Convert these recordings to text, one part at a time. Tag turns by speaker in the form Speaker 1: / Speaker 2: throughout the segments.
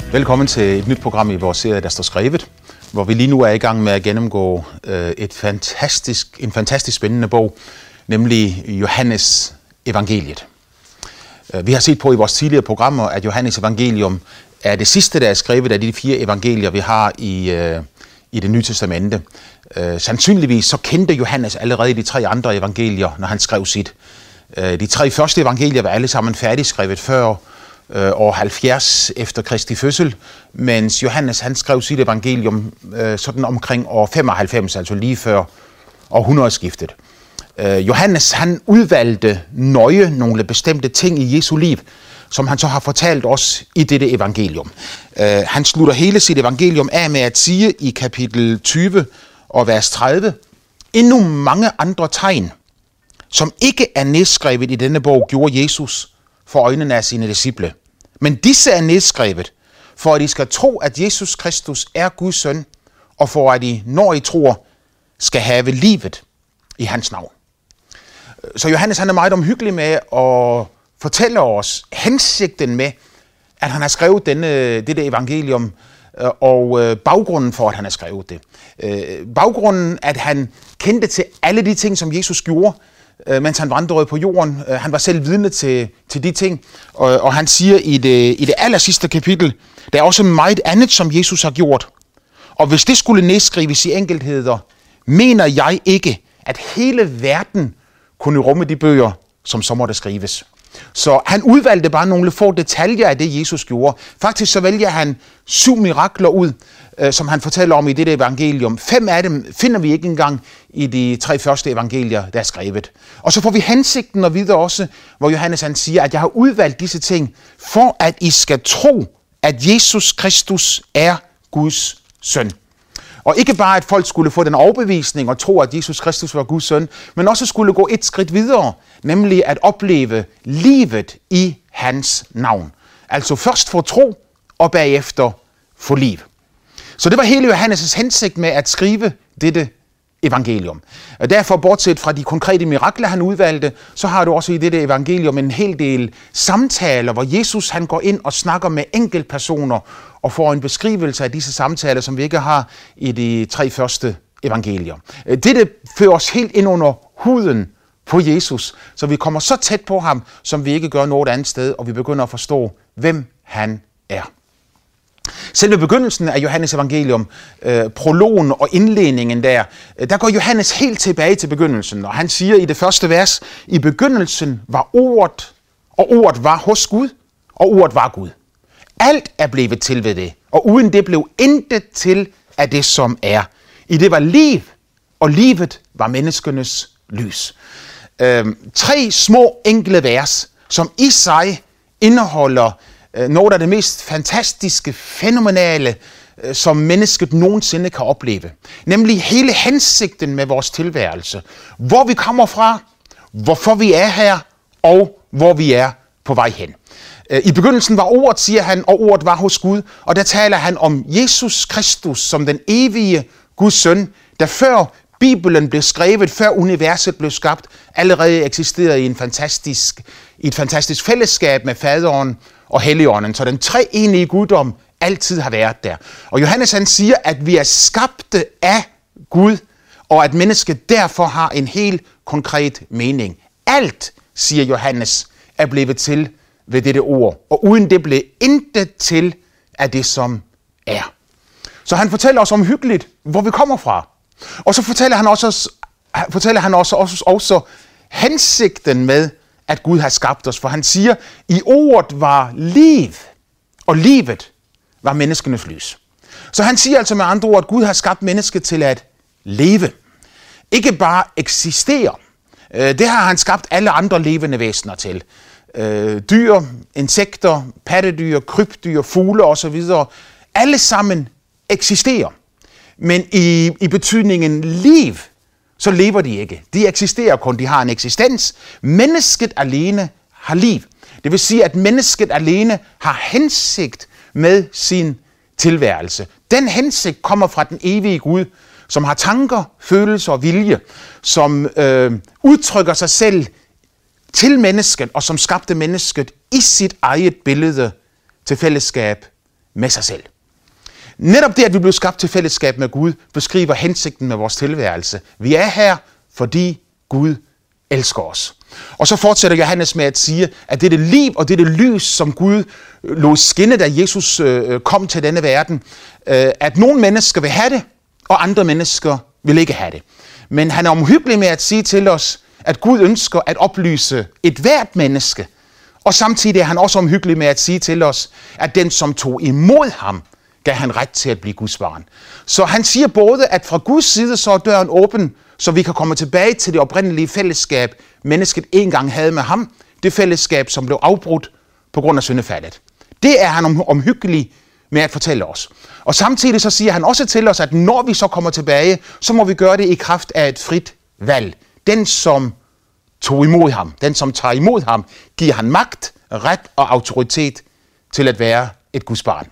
Speaker 1: Velkommen til et nyt program i vores serie, der står skrevet, hvor vi lige nu er i gang med at gennemgå en fantastisk spændende bog, nemlig Johannes Evangeliet. Vi har set på i vores tidligere programmer, at Johannes Evangelium er det sidste, der er skrevet af de 4 evangelier, vi har i det nye testamente. Sandsynligvis så kendte Johannes allerede de 3 andre evangelier, når han skrev sit. De 3 første evangelier var alle sammen færdigskrevet før år 70 efter Kristi fødsel, mens Johannes han skrev sit evangelium sådan omkring år 95, altså lige før århundredeskiftet. Johannes han udvalgte nøje nogle bestemte ting i Jesu liv, som han så har fortalt os i dette evangelium. Han slutter hele sit evangelium af med at sige i kapitel 20 og vers 30, endnu mange andre tegn, som ikke er nedskrevet i denne bog, gjorde Jesus for øjnene af sine disciple. Men disse er nedskrevet, for at I skal tro, at Jesus Kristus er Guds søn, og for at I, når I tror, skal have livet i hans navn. Så Johannes han er meget omhyggelig med at fortælle os hensigten med, at han har skrevet dette evangelium, og baggrunden for, at han har skrevet det. Baggrunden, at han kendte til alle de ting, som Jesus gjorde, mens han vandrede på jorden. Han var selv vidne til de ting, og han siger i det aller sidste kapitel, der er også meget andet, som Jesus har gjort. Og hvis det skulle nedskrives i enkeltheder, mener jeg ikke, at hele verden kunne rumme de bøger, som så måtte skrives. Så han udvalgte bare nogle få detaljer af det, Jesus gjorde. Faktisk så vælger han 7 mirakler ud, som han fortæller om i dette evangelium. 5 af dem finder vi ikke engang i de 3 første evangelier, der er skrevet. Og så får vi hensigten og videre også, hvor Johannes han siger, at jeg har udvalgt disse ting, for at I skal tro, at Jesus Kristus er Guds søn. Og ikke bare, at folk skulle få den overbevisning og tro, at Jesus Kristus var Guds søn, men også skulle gå et skridt videre, nemlig at opleve livet i hans navn. Altså først få tro, og bagefter få liv. Så det var hele Johannes' hensigt med at skrive dette evangelium. Og derfor, bortset fra de konkrete mirakler, han udvalgte, så har du også i dette evangelium en hel del samtaler, hvor Jesus han går ind og snakker med enkeltpersoner og får en beskrivelse af disse samtaler, som vi ikke har i de 3 første evangelier. Dette fører os helt ind under huden på Jesus, så vi kommer så tæt på ham, som vi ikke gør noget andet sted, og vi begynder at forstå, hvem han er. Selve begyndelsen af Johannes evangelium, prologen og indledningen der går Johannes helt tilbage til begyndelsen, og han siger i det første vers, i begyndelsen var ordet, og ordet var hos Gud, og ordet var Gud. Alt er blevet til ved det, og uden det blev intet til af det, som er. I det var liv, og livet var menneskenes lys. 3 små enkle vers, som i sig indeholder noget af det mest fantastiske, fænomenale, som mennesket nogensinde kan opleve. Nemlig hele hensigten med vores tilværelse. Hvor vi kommer fra, hvorfor vi er her, og hvor vi er på vej hen. I begyndelsen var ordet, siger han, og ordet var hos Gud, og der taler han om Jesus Kristus som den evige Guds søn, der før Bibelen blev skrevet, før universet blev skabt, allerede eksisterede i et fantastisk fællesskab med faderen og Helligånden. Så den treenige guddom altid har været der. Og Johannes han siger, at vi er skabte af Gud, og at mennesket derfor har en helt konkret mening. Alt, siger Johannes, er blevet til ved dette ord, og uden det blev intet til af det, som er. Så han fortæller os omhyggeligt, hvor vi kommer fra. Og så fortæller han også hensigten med, at Gud har skabt os. For han siger, i ordet var liv, og livet var menneskenes lys. Så han siger altså med andre ord, at Gud har skabt mennesket til at leve. Ikke bare eksistere. Det har han skabt alle andre levende væsener til. Dyr, insekter, pattedyr, krybdyr, fugle osv. Alle sammen eksisterer. Men i betydningen liv, så lever de ikke. De eksisterer kun, de har en eksistens. Mennesket alene har liv. Det vil sige, at mennesket alene har hensigt med sin tilværelse. Den hensigt kommer fra den evige Gud, som har tanker, følelser og vilje, som udtrykker sig selv til mennesket, og som skabte mennesket i sit eget billede til fællesskab med sig selv. Netop det, at vi blev skabt til fællesskab med Gud, beskriver hensigten med vores tilværelse. Vi er her, fordi Gud elsker os. Og så fortsætter Johannes med at sige, at dette liv og dette lys, som Gud lod skinne, da Jesus kom til denne verden, at nogle mennesker vil have det, og andre mennesker vil ikke have det. Men han er omhyggelig med at sige til os, at Gud ønsker at oplyse et hvert menneske. Og samtidig er han også omhyggelig med at sige til os, at den, som tog imod ham, gav han ret til at blive Guds barn. Så han siger både, at fra Guds side så er døren åben, så vi kan komme tilbage til det oprindelige fællesskab, mennesket engang havde med ham. Det fællesskab, som blev afbrudt på grund af syndefaldet. Det er han omhyggelig med at fortælle os. Og samtidig så siger han også til os, at når vi så kommer tilbage, så må vi gøre det i kraft af et frit valg. Den, som tog imod ham, den, som tager imod ham, giver han magt, ret og autoritet til at være et Guds barn.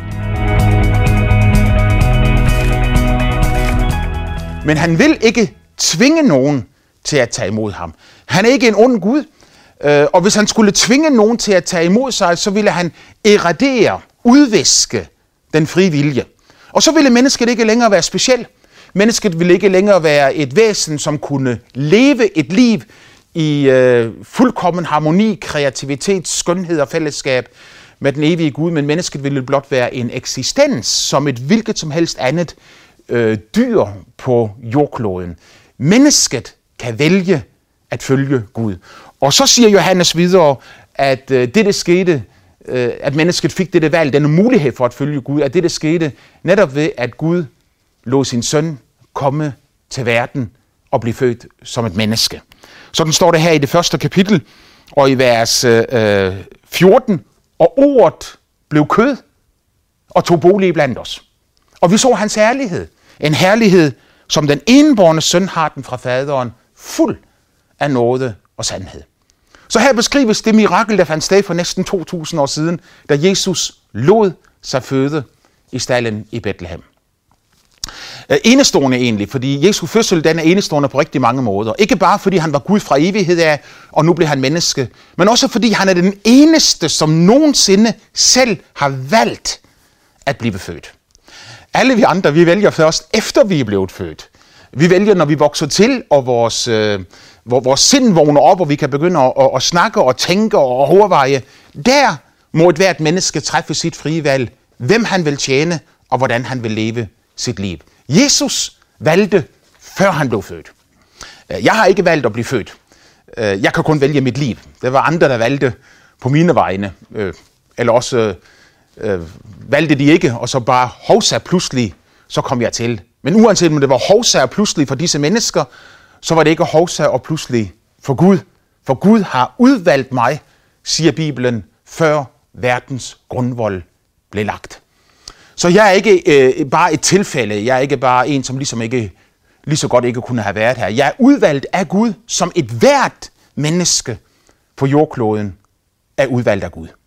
Speaker 1: Men han vil ikke tvinge nogen til at tage imod ham. Han er ikke en ond Gud, og hvis han skulle tvinge nogen til at tage imod sig, så ville han eradere, udviske den frie vilje. Og så ville mennesket ikke længere være specielt. Mennesket ville ikke længere være et væsen, som kunne leve et liv i fuldkommen harmoni, kreativitet, skønhed og fællesskab med den evige Gud, men mennesket ville blot være en eksistens som et hvilket som helst andet dyr på jordkloden. Mennesket kan vælge at følge Gud. Og så siger Johannes videre, at det skete, at mennesket fik dette valg, denne mulighed for at følge Gud, at det skete netop ved, at Gud lod sin søn komme til verden og blive født som et menneske. Sådan står det her i det første kapitel, og i vers 14, og ordet blev kød og tog bolig blandt os. Og vi så hans herlighed. En herlighed, som den enbårne søn har den fra faderen, fuld af nåde og sandhed. Så her beskrives det mirakel, der fandt sted for næsten 2000 år siden, da Jesus lod sig føde i stalden i Bethlehem. Enestående egentlig, fordi Jesu fødsel den er enestående på rigtig mange måder. Ikke bare fordi han var Gud fra evighed af, og nu blev han menneske, men også fordi han er den eneste, som nogensinde selv har valgt at blive født. Alle vi andre, vi vælger først efter vi er blevet født. Vi vælger, når vi vokser til, og vores sind vågner op, og vi kan begynde at snakke og tænke og overveje. Der må et hvert menneske træffe sit frie valg, hvem han vil tjene, og hvordan han vil leve sit liv. Jesus valgte, før han blev født. Jeg har ikke valgt at blive født. Jeg kan kun vælge mit liv. Det var andre, der valgte på mine vegne. Eller også valgte de ikke, og så bare hovsa pludselig, så kom jeg til. Men uanset om det var hovsa og pludselig for disse mennesker, så var det ikke hovsa og pludselig for Gud. For Gud har udvalgt mig, siger Bibelen, før verdens grundvold blev lagt. Så jeg er ikke bare et tilfælde. Jeg er ikke bare en, som ligesom ikke lige så godt ikke kunne have været her. Jeg er udvalgt af Gud, som et hvert menneske på jordkloden er udvalgt af Gud.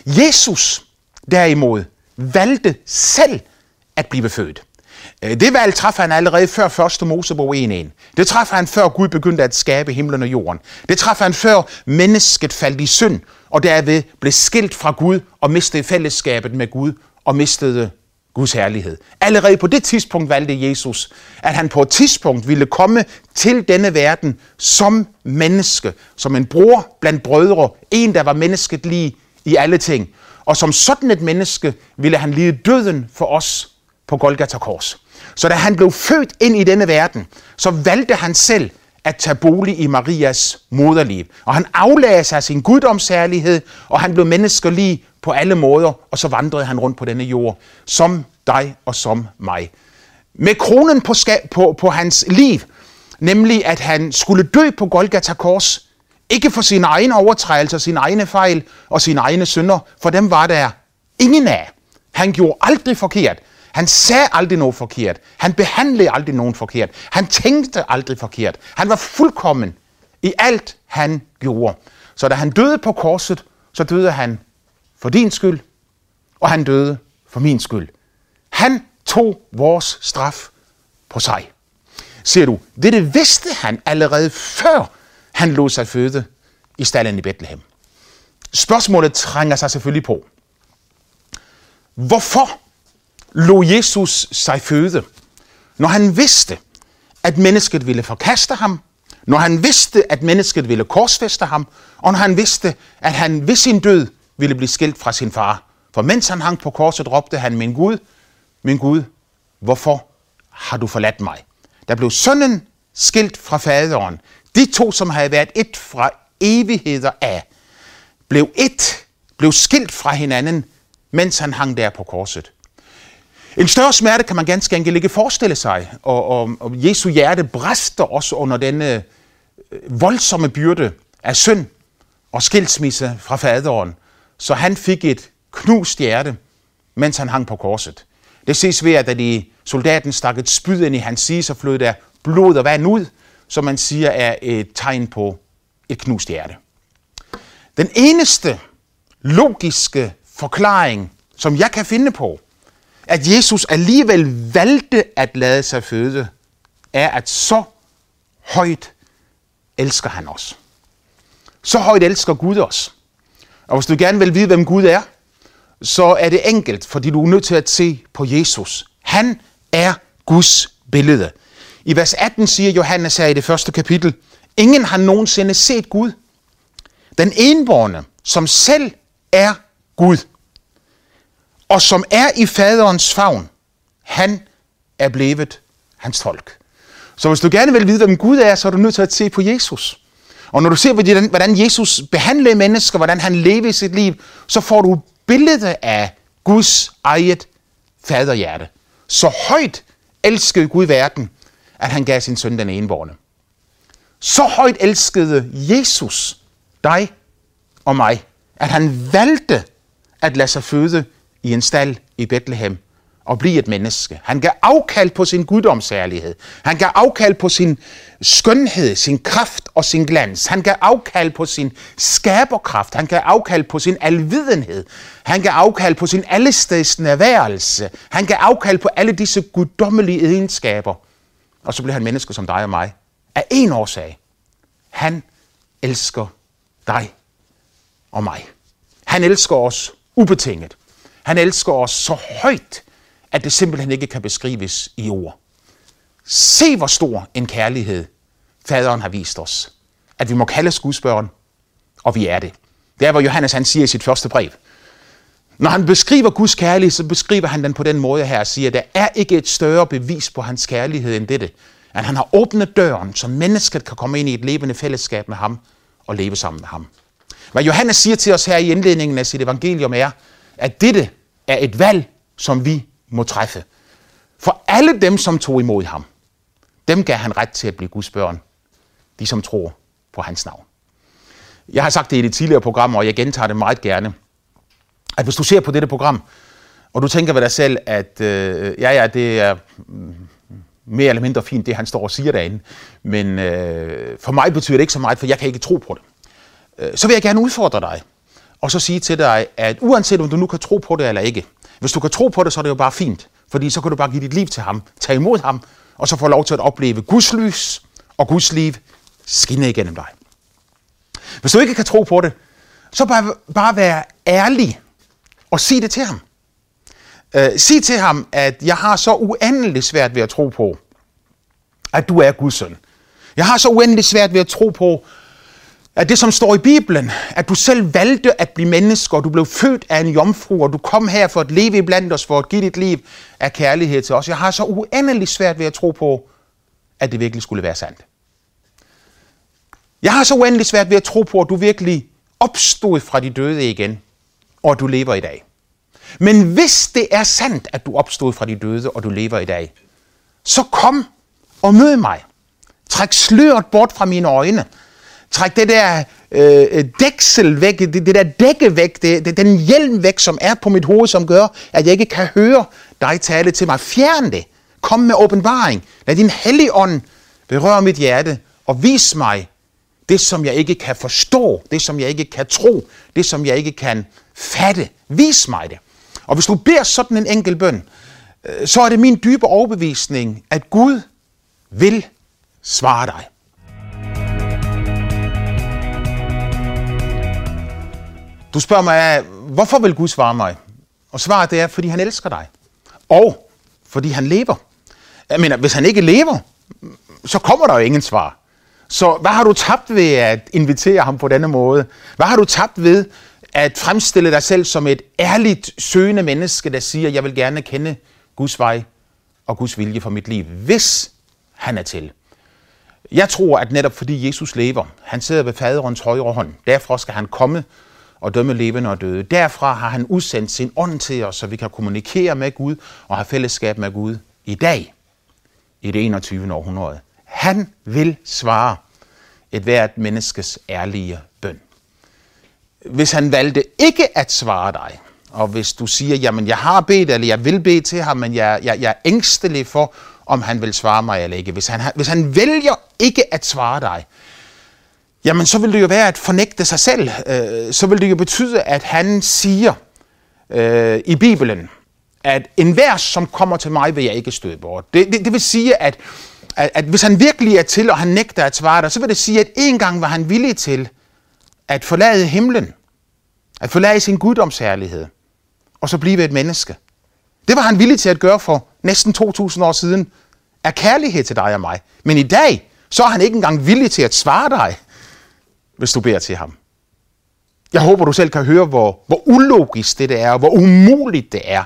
Speaker 1: Jesus derimod valgte selv at blive født. Det valg træffede han allerede før 1. Mosebog 1:1. Det træffede han før Gud begyndte at skabe himlen og jorden. Det træffede han før mennesket faldt i synd, og derved blev skilt fra Gud og mistede fællesskabet med Gud og mistede Guds herlighed. Allerede på det tidspunkt valgte Jesus, at han på et tidspunkt ville komme til denne verden som menneske, som en bror blandt brødre, en der var mennesket lige i alle ting. Og som sådan et menneske ville han lide døden for os på Golgata Kors. Så da han blev født ind i denne verden, så valgte han selv at tage bolig i Marias moderliv. Og han aflagde sig sin guddomsherlighed, og han blev menneskelig på alle måder, og så vandrede han rundt på denne jord, som dig og som mig. Med kronen på hans liv, nemlig at han skulle dø på Golgata Kors, ikke for sine egne overtrædelser, sine egne fejl og sine egne synder, for dem var der ingen af. Han gjorde aldrig forkert. Han sagde aldrig noget forkert. Han behandlede aldrig nogen forkert. Han tænkte aldrig forkert. Han var fuldkommen i alt, han gjorde. Så da han døde på korset, så døde han for din skyld, og han døde for min skyld. Han tog vores straf på sig. Ser du, det vidste han allerede før han lod sig føde i stalden i Bethlehem. Spørgsmålet trænger sig selvfølgelig på. Hvorfor lod Jesus sig føde, når han vidste, at mennesket ville forkaste ham, når han vidste, at mennesket ville korsfæste ham, og når han vidste, at han ved sin død ville blive skilt fra sin far? For mens han hang på korset, råbte han, min Gud, hvorfor har du forladt mig? Der blev sønnen skilt fra faderen. De to, som havde været et fra evigheder af, blev skilt fra hinanden, mens han hang der på korset. En større smerte kan man ganske enkelt ikke forestille sig, og Jesu hjerte brister også under denne voldsomme byrde af synd og skilsmisse fra faderen, så han fik et knust hjerte, mens han hang på korset. Det ses ved, at da soldaten stak et spyd ind i hans side, så flød der blod og vand ud, som man siger er et tegn på et knust hjerte. Den eneste logiske forklaring, som jeg kan finde på, at Jesus alligevel valgte at lade sig føde, er, at så højt elsker han os. Så højt elsker Gud os. Og hvis du gerne vil vide, hvem Gud er, så er det enkelt, fordi du er nødt til at se på Jesus. Han er Guds billede. I vers 18 siger Johannes her i det første kapitel, ingen har nogensinde set Gud. Den enbårne, som selv er Gud, og som er i faderens favn, han er blevet hans folk. Så hvis du gerne vil vide, hvem Gud er, så er du nødt til at se på Jesus. Og når du ser, hvordan Jesus behandler mennesker, hvordan han lever i sit liv, så får du billedet af Guds eget faderhjerte. Så højt elskede Gud verden, at han gav sin søn den enbårne. Så højt elskede Jesus dig og mig, at han valgte at lade sig føde i en stald i Bethlehem og blive et menneske. Han gav afkald på sin guddomsherlighed. Han gav afkald på sin skønhed, sin kraft og sin glans. Han gav afkald på sin skaberkraft. Han gav afkald på sin alvidenhed. Han gav afkald på sin allestedsnærværelse. Han gav afkald på alle disse guddommelige egenskaber. Og så blev han menneske som dig og mig. Af én årsag. Han elsker dig og mig. Han elsker os ubetinget. Han elsker os så højt, at det simpelthen ikke kan beskrives i ord. Se, hvor stor en kærlighed faderen har vist os. At vi må kaldes Guds børn, og vi er det. Det er, hvor Johannes han siger i sit første brev. Når han beskriver Guds kærlighed, så beskriver han den på den måde her og siger, at der er ikke et større bevis på hans kærlighed end dette. At han har åbnet døren, så mennesket kan komme ind i et levende fællesskab med ham og leve sammen med ham. Hvad Johannes siger til os her i indledningen af sit evangelium er, at dette er et valg, som vi må træffe. For alle dem, som tog imod ham, dem gav han ret til at blive Guds børn. De, som tror på hans navn. Jeg har sagt det i det tidligere program, og jeg gentager det meget gerne. At hvis du ser på dette program, og du tænker ved dig selv, at det er mere eller mindre fint, det han står og siger derinde. Men for mig betyder det ikke så meget, for jeg kan ikke tro på det. Så vil jeg gerne udfordre dig. Og så sige til dig, at uanset om du nu kan tro på det eller ikke, hvis du kan tro på det, så er det jo bare fint. Fordi så kan du bare give dit liv til ham, tage imod ham, og så få lov til at opleve Guds lys og Guds liv skinne igennem dig. Hvis du ikke kan tro på det, så bare vær ærlig og sig det til ham. Sig til ham, at jeg har så uendeligt svært ved at tro på, at du er Guds søn. Jeg har så uendeligt svært ved at tro på, at det, som står i Bibelen, at du selv valgte at blive menneske, og du blev født af en jomfru, og du kom her for at leve iblandt os, for at give dit liv af kærlighed til os. Jeg har så uendeligt svært ved at tro på, at det virkelig skulle være sandt. Jeg har så uendeligt svært ved at tro på, at du virkelig opstod fra de døde igen, og at du lever i dag. Men hvis det er sandt, at du opstod fra de døde, og du lever i dag, så kom og mød mig. Træk sløret bort fra mine øjne. Træk det der dæksel væk, det der dække væk, den hjelm væk, som er på mit hoved, som gør, at jeg ikke kan høre dig tale til mig. Fjern det. Kom med åbenbaring. Lad din hellige ånd berøre mit hjerte og vis mig det, som jeg ikke kan forstå, det, som jeg ikke kan tro, det, som jeg ikke kan fatte. Vis mig det. Og hvis du beder sådan en enkel bøn, så er det min dybe overbevisning, at Gud vil svare dig. Du spørger mig, hvorfor vil Gud svare mig? Og svaret det er, fordi han elsker dig. Og fordi han lever. Jeg mener, hvis han ikke lever, så kommer der jo ingen svar. Så hvad har du tabt ved at invitere ham på denne måde? Hvad har du tabt ved at fremstille dig selv som et ærligt, søgende menneske, der siger, jeg vil gerne kende Guds vej og Guds vilje for mit liv, hvis han er til? Jeg tror, at netop fordi Jesus lever, han sidder ved faderens højre hånd, derfor skal han komme og dømme levende og døde. Derfra har han udsendt sin ånd til os, så vi kan kommunikere med Gud og have fællesskab med Gud i dag, i det 21. århundrede. Han vil svare et hvert menneskes ærlige bøn. Hvis han valgte ikke at svare dig, og hvis du siger, jamen jeg har bedt, eller jeg vil bede til ham, men jeg er ængstelig for, om han vil svare mig eller ikke. Hvis han vælger ikke at svare dig, jamen så vil det jo være at fornægte sig selv. Så vil det jo betyde, at han siger i Bibelen, at enhver, som kommer til mig, vil jeg ikke støde bort. Det vil sige, at hvis han virkelig er til, og han nægter at svare dig, så vil det sige, at en gang var han villig til at forlade himlen, at forlade sin guddomsherlighed, og så blive et menneske. Det var han villig til at gøre for næsten 2000 år siden, af kærlighed til dig og mig. Men i dag, så er han ikke engang villig til at svare dig, hvis du beder til ham. Jeg håber, du selv kan høre, hvor ulogisk det er, og hvor umuligt det er.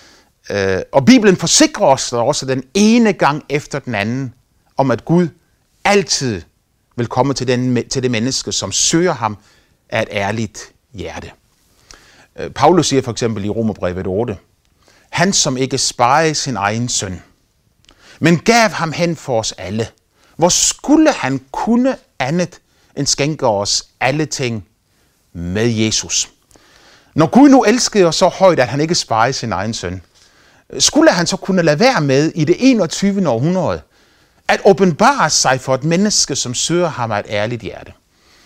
Speaker 1: Og Bibelen forsikrer os også den ene gang efter den anden, om at Gud altid vil komme til det menneske, som søger ham af et ærligt hjerte. Paulus siger for eksempel i Romerbrevet 8, han som ikke sparede sin egen søn, men gav ham hen for os alle. Hvor skulle han kunne andet end skænke os alle ting med Jesus? Når Gud nu elskede os så højt, at han ikke sparede sin egen søn, skulle han så kunne lade være med i det 21. århundrede at åbenbare sig for et menneske, som søger ham af et ærligt hjerte?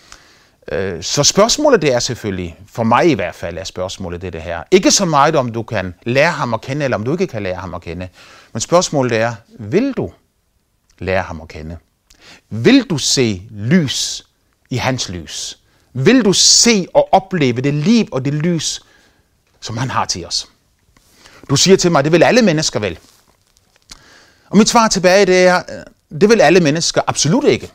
Speaker 1: Så spørgsmålet det er selvfølgelig, for mig i hvert fald er spørgsmålet det her. Ikke så meget om du kan lære ham at kende, eller om du ikke kan lære ham at kende. Men spørgsmålet er, vil du lære ham at kende? Vil du se lys i hans lys? Vil du se og opleve det liv og det lys, som han har til os? Du siger til mig, det vil alle mennesker vel. Og mit svar tilbage det er, det vil alle mennesker absolut ikke.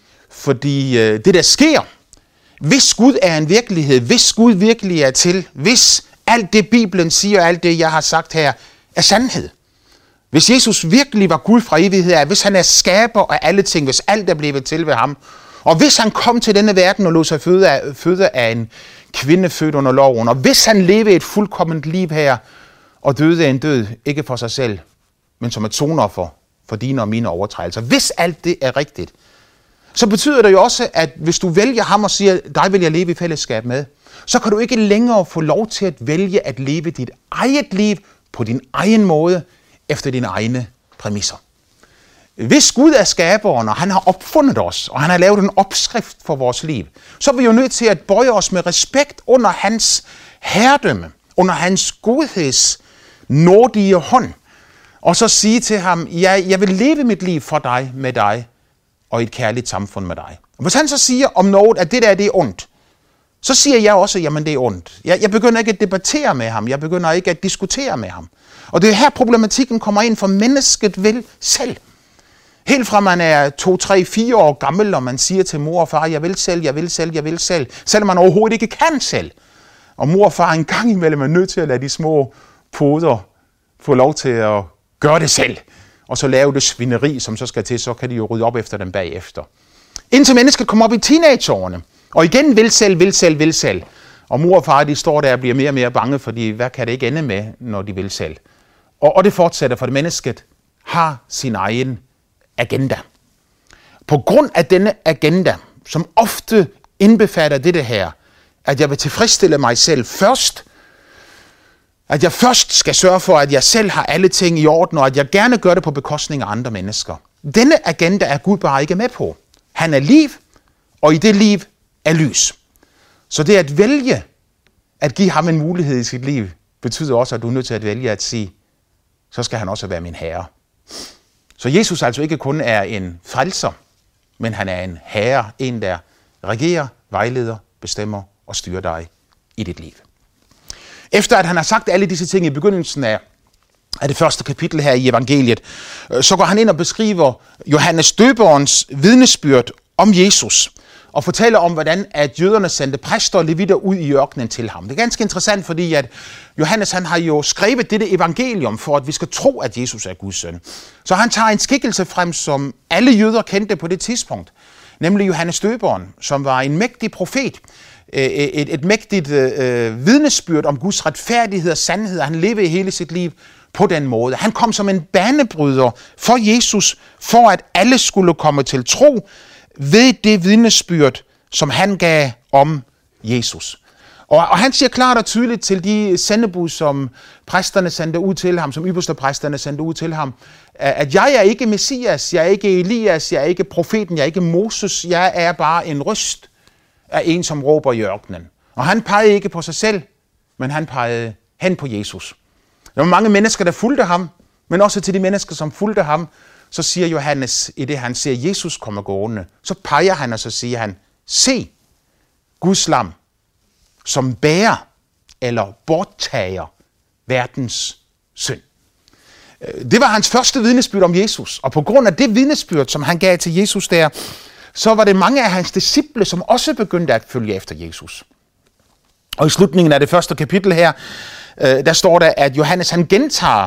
Speaker 1: Fordi det der sker, hvis Gud er en virkelighed, hvis Gud virkelig er til, hvis alt det Bibelen siger, alt det jeg har sagt her, er sandhed. Hvis Jesus virkelig var Gud fra evighed af, hvis han er skaber af alle ting, hvis alt er blevet til ved ham, og hvis han kom til denne verden og lod sig føde af en kvinde født under loven, og hvis han levede et fuldkomment liv her, og døde en død, ikke for sig selv, men som et sonoffer for dine og mine overtrædelser. Hvis alt det er rigtigt, så betyder det jo også, at hvis du vælger ham og siger, dig vil jeg leve i fællesskab med, så kan du ikke længere få lov til at vælge at leve dit eget liv på din egen måde, efter dine egne præmisser. Hvis Gud er skaberen, og han har opfundet os, og han har lavet en opskrift for vores liv, så er vi jo nødt til at bøje os med respekt under hans herredømme, under hans godheds nådige hånd, og så sige til ham, ja, jeg vil leve mit liv for dig, med dig, og i et kærligt samfund med dig. Og hvis han så siger om noget, at det der det er ondt, så siger jeg også, jamen det er ondt. Jeg begynder ikke at debattere med ham, jeg begynder ikke at diskutere med ham. Og det er her problematikken kommer ind, for mennesket vil selv. Helt fra man er 2, 3, 4 år gammel, og man siger til mor og far, jeg vil selv, jeg vil selv, jeg vil selv, selvom man overhovedet ikke kan selv. Og mor og far en gang imellem er nødt til at lade de små poder få lov til at gøre det selv. Og så lave det svineri, som så skal til, så kan de jo rydde op efter dem bagefter. Indtil mennesket kommer op i teenageårene, og igen vil selv, vil selv, vil selv. Og mor og far, de står der og bliver mere og mere bange, fordi hvad kan det ikke ende med, når de vil selv? Og det fortsætter, for det mennesket har sin egen agenda. På grund af denne agenda, som ofte indbefatter det her, at jeg vil tilfredsstille mig selv først, at jeg først skal sørge for, at jeg selv har alle ting i orden, og at jeg gerne gør det på bekostning af andre mennesker. Denne agenda er Gud bare ikke med på. Han er liv, og i det liv er lys. Så det at vælge at give ham en mulighed i sit liv, betyder også, at du er nødt til at vælge at sige, så skal han også være min herre. Så Jesus altså ikke kun er en frelser, men han er en herre, en der regerer, vejleder, bestemmer og styrer dig i dit liv. Efter at han har sagt alle disse ting i begyndelsen af det første kapitel her i evangeliet, så går han ind og beskriver Johannes døberens vidnesbyrd om Jesus, og fortæller om, hvordan at jøderne sendte præster og levitter ud i ørkenen til ham. Det er ganske interessant, fordi at Johannes han har jo skrevet dette evangelium for, at vi skal tro, at Jesus er Guds søn. Så han tager en skikkelse frem, som alle jøder kendte på det tidspunkt, nemlig Johannes døberen, som var en mægtig profet, et mægtigt vidnesbyrd om Guds retfærdighed og sandhed. Han levede hele sit liv på den måde. Han kom som en banebryder for Jesus, for at alle skulle komme til tro ved det vidnesbyrd, som han gav om Jesus. Og han siger klart og tydeligt til de sendebud, som præsterne sendte ud til ham, som ypperste præsterne sendte ud til ham, at jeg er ikke Messias, jeg er ikke Elias, jeg er ikke profeten, jeg er ikke Moses, jeg er bare en røst af en, som råber i ørkenen. Og han pegede ikke på sig selv, men han pegede hen på Jesus. Der var mange mennesker, der fulgte ham, men også til de mennesker, som fulgte ham, så siger Johannes, i det han ser Jesus komme gående, så peger han, og så siger han, se Guds lam, som bærer eller borttager verdens synd. Det var hans første vidnesbyrd om Jesus, og på grund af det vidnesbyrd, som han gav til Jesus der, så var det mange af hans disciple, som også begyndte at følge efter Jesus. Og i slutningen af det første kapitel her, der står der, at Johannes han gentager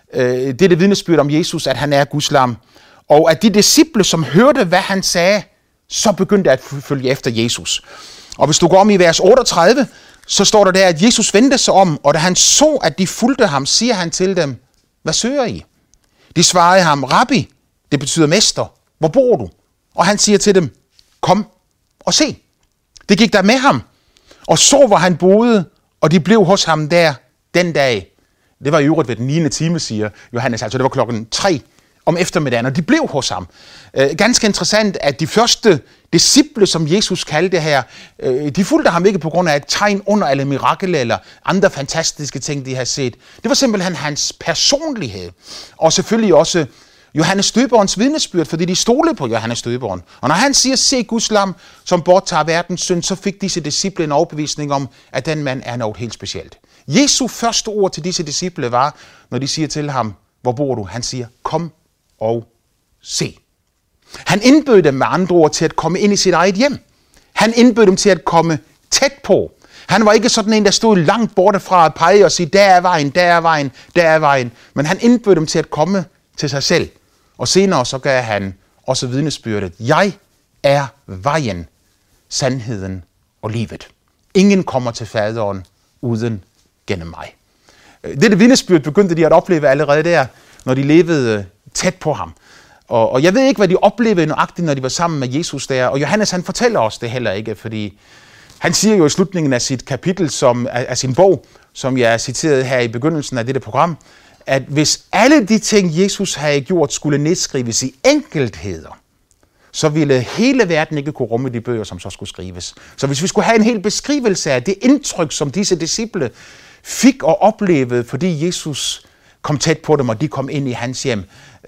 Speaker 1: dette vidnesbyrd om Jesus, at han er Guds lam, og at de disciple, som hørte, hvad han sagde, så begyndte at følge efter Jesus. Og hvis du går om i vers 38, så står der der, at Jesus vendte sig om, og da han så, at de fulgte ham, siger han til dem, hvad søger I? De svarede ham, Rabbi, det betyder mester, hvor bor du? Og han siger til dem, kom og se. Det gik der med ham, og så, hvor han boede, og de blev hos ham der den dag. Det var i øvrigt ved den 9. time, siger Johannes, altså det var klokken 3 om eftermiddagen, og de blev hos ham. Ganske interessant, at de første disciple, som Jesus kaldte her, de fulgte ham ikke på grund af et tegn under eller mirakel eller andre fantastiske ting, de havde set. Det var simpelthen hans personlighed, og selvfølgelig også Johannes døberens vidnesbyrd, fordi de stolede på Johannes døberen. Og når han siger, se Guds lam, som borttager verdens synd, så fik disse disciple en overbevisning om, at den mand er noget helt specielt. Jesu første ord til disse disciple var, når de siger til ham, hvor bor du? Han siger, kom og se. Han indbød dem med andre ord til at komme ind i sit eget hjem. Han indbød dem til at komme tæt på. Han var ikke sådan en, der stod langt borte fra at pege og sige, der er vejen, der er vejen, der er vejen. Men han indbød dem til at komme til sig selv. Og senere så gav han også vidnesbyrdet, jeg er vejen, sandheden og livet. Ingen kommer til faderen uden gennem mig. Dette vidnesbyrd begyndte de at opleve allerede der, når de levede tæt på ham. Og jeg ved ikke, hvad de oplevede nøjagtigt, når de var sammen med Jesus der. Og Johannes han fortæller os det heller ikke, fordi han siger jo i slutningen af sit kapitel, af sin bog, som jeg citerede her i begyndelsen af dette program, at hvis alle de ting, Jesus havde gjort, skulle nedskrives i enkeltheder, så ville hele verden ikke kunne rumme de bøger, som så skulle skrives. Så hvis vi skulle have en hel beskrivelse af det indtryk, som disse disciple fik og oplevede, fordi Jesus kom tæt på dem, og de kom ind i hans hjem,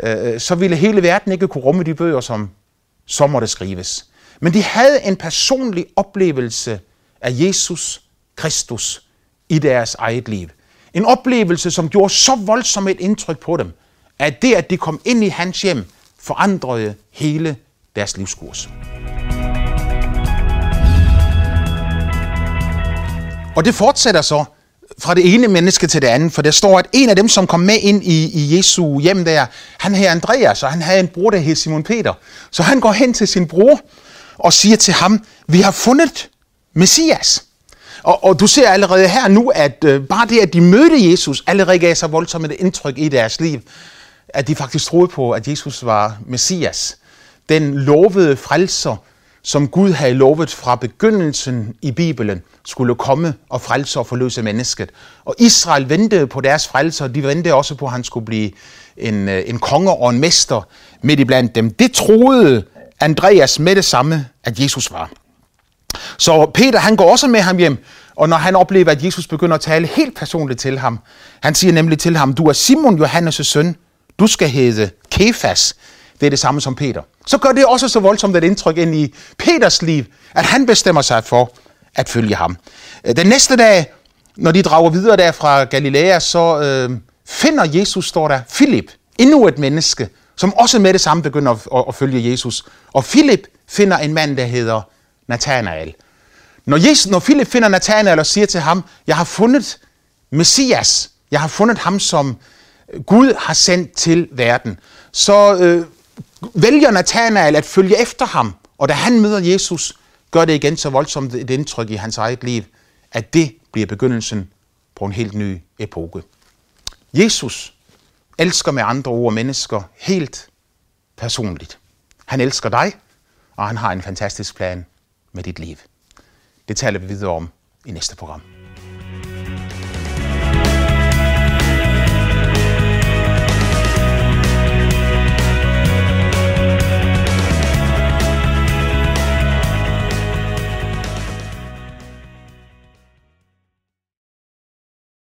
Speaker 1: så ville hele verden ikke kunne rumme de bøger, som så måtte skrives. Men de havde en personlig oplevelse af Jesus Kristus i deres eget liv. En oplevelse, som gjorde så voldsomt et indtryk på dem, at det, at de kom ind i hans hjem, forandrede hele deres livskurs. Og det fortsætter så fra det ene menneske til det andet, for der står, at en af dem, som kom med ind i Jesu hjem der, han hed Andreas, og han havde en bror, der hed Simon Peter. Så han går hen til sin bror og siger til ham, vi har fundet Messias. Og du ser allerede her nu, at bare det, at de mødte Jesus, allerede gav så voldsomt et indtryk i deres liv, at de faktisk troede på, at Jesus var Messias. Den lovede frelser, som Gud havde lovet fra begyndelsen i Bibelen, skulle komme og frelse og forløse mennesket. Og Israel ventede på deres frelser, de ventede også på, at han skulle blive en konge og en mester midt iblandt dem. Det troede Andreas med det samme, at Jesus var. Så Peter, han går også med ham hjem, og når han oplever, at Jesus begynder at tale helt personligt til ham, han siger nemlig til ham, du er Simon Johannes' søn, du skal hedde Kefas. Det er det samme som Peter. Så gør det også så voldsomt et indtryk ind i Peters liv, at han bestemmer sig for at følge ham. Den næste dag, Når de drager videre der fra Galilea, så finder Jesus, står der, Filip, endnu et menneske, som også med det samme begynder at følge Jesus. Og Filip finder en mand, der hedder Nathanael. Når Filip finder Nathanael og siger til ham, jeg har fundet Messias, jeg har fundet ham, som Gud har sendt til verden, så vælger Nathanael at følge efter ham. Og da han møder Jesus, gør det igen så voldsomt et indtryk i hans eget liv, at det bliver begyndelsen på en helt ny epoke. Jesus elsker med andre ord mennesker helt personligt. Han elsker dig, og han har en fantastisk plan med dit liv. Det taler vi videre om i næste program.